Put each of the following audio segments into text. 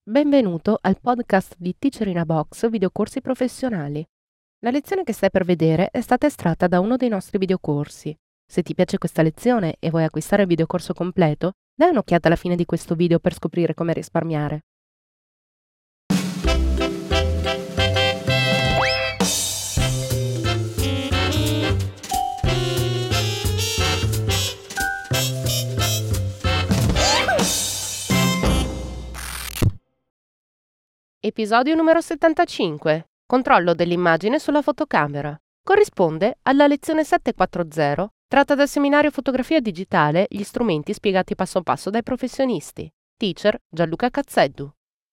Benvenuto al podcast di Teacher in a Box videocorsi professionali. La lezione che stai per vedere è stata estratta da uno dei nostri videocorsi. Se ti piace questa lezione e vuoi acquistare il videocorso completo, dai un'occhiata alla fine di questo video per scoprire come risparmiare. Episodio numero 75. Controllo dell'immagine sulla fotocamera. Corrisponde alla lezione 740, tratta dal seminario Fotografia digitale, gli strumenti spiegati passo passo dai professionisti. Teacher Gianluca Cazzeddu.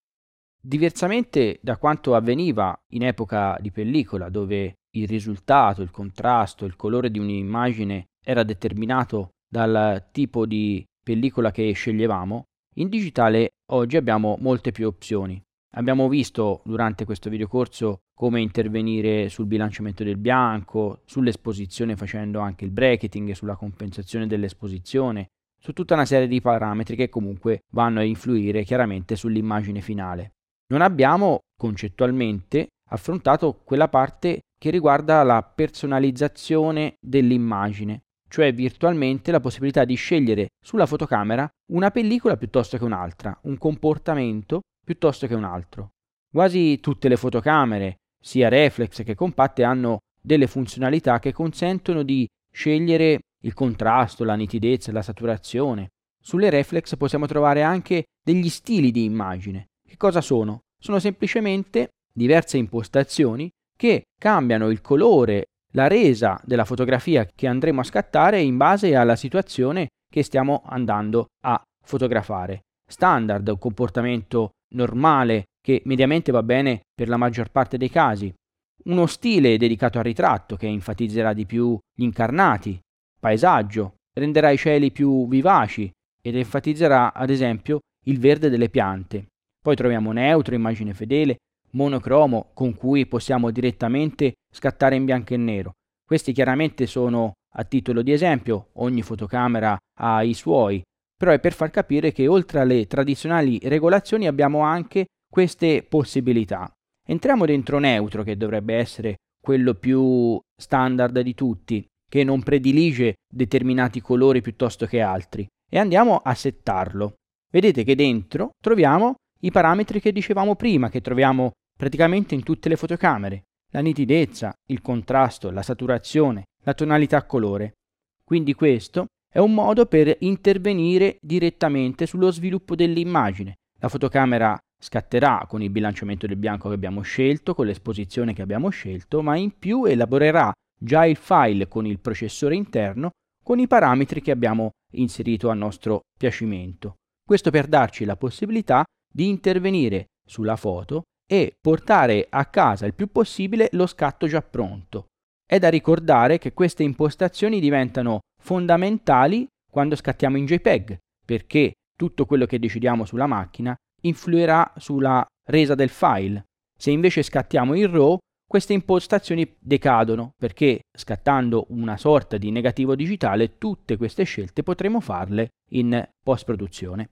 Diversamente da quanto avveniva in epoca di pellicola, dove il risultato, il contrasto, il colore di un'immagine era determinato dal tipo di pellicola che sceglievamo, in digitale oggi abbiamo molte più opzioni. Abbiamo visto durante questo videocorso come intervenire sul bilanciamento del bianco, sull'esposizione facendo anche il bracketing, sulla compensazione dell'esposizione, su tutta una serie di parametri che comunque vanno a influire chiaramente sull'immagine finale. Non abbiamo concettualmente affrontato quella parte che riguarda la personalizzazione dell'immagine, cioè virtualmente la possibilità di scegliere sulla fotocamera una pellicola piuttosto che un'altra, un comportamento piuttosto che un altro. Quasi tutte le fotocamere, sia reflex che compatte, hanno delle funzionalità che consentono di scegliere il contrasto, la nitidezza, la saturazione. Sulle reflex possiamo trovare anche degli stili di immagine. Che cosa sono? Sono semplicemente diverse impostazioni che cambiano il colore, la resa della fotografia che andremo a scattare in base alla situazione che stiamo andando a fotografare. Standard, un comportamento normale che mediamente va bene per la maggior parte dei casi. Uno stile dedicato al ritratto che enfatizzerà di più gli incarnati. Paesaggio, renderà i cieli più vivaci ed enfatizzerà ad esempio il verde delle piante. Poi troviamo neutro, immagine fedele, monocromo con cui possiamo direttamente scattare in bianco e nero. Questi chiaramente sono a titolo di esempio, ogni fotocamera ha i suoi, però è per far capire che oltre alle tradizionali regolazioni abbiamo anche queste possibilità. Entriamo dentro neutro, che dovrebbe essere quello più standard di tutti, che non predilige determinati colori piuttosto che altri, e andiamo a settarlo. Vedete che dentro troviamo i parametri che dicevamo prima, che troviamo praticamente in tutte le fotocamere: la nitidezza, il contrasto, la saturazione, la tonalità colore. Quindi questo è un modo per intervenire direttamente sullo sviluppo dell'immagine. La fotocamera scatterà con il bilanciamento del bianco che abbiamo scelto, con l'esposizione che abbiamo scelto, ma in più elaborerà già il file con il processore interno con i parametri che abbiamo inserito a nostro piacimento. Questo per darci la possibilità di intervenire sulla foto e portare a casa il più possibile lo scatto già pronto. È da ricordare che queste impostazioni diventano fondamentali quando scattiamo in JPEG, perché tutto quello che decidiamo sulla macchina influirà sulla resa del file. Se invece scattiamo in RAW, queste impostazioni decadono, perché scattando una sorta di negativo digitale tutte queste scelte potremo farle in post-produzione.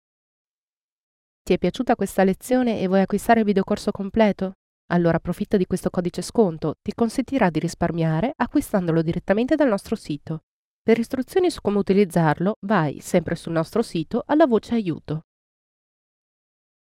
Ti è piaciuta questa lezione e vuoi acquistare il videocorso completo? Allora approfitta di questo codice sconto, ti consentirà di risparmiare acquistandolo direttamente dal nostro sito. Per istruzioni su come utilizzarlo, vai sempre sul nostro sito alla voce aiuto.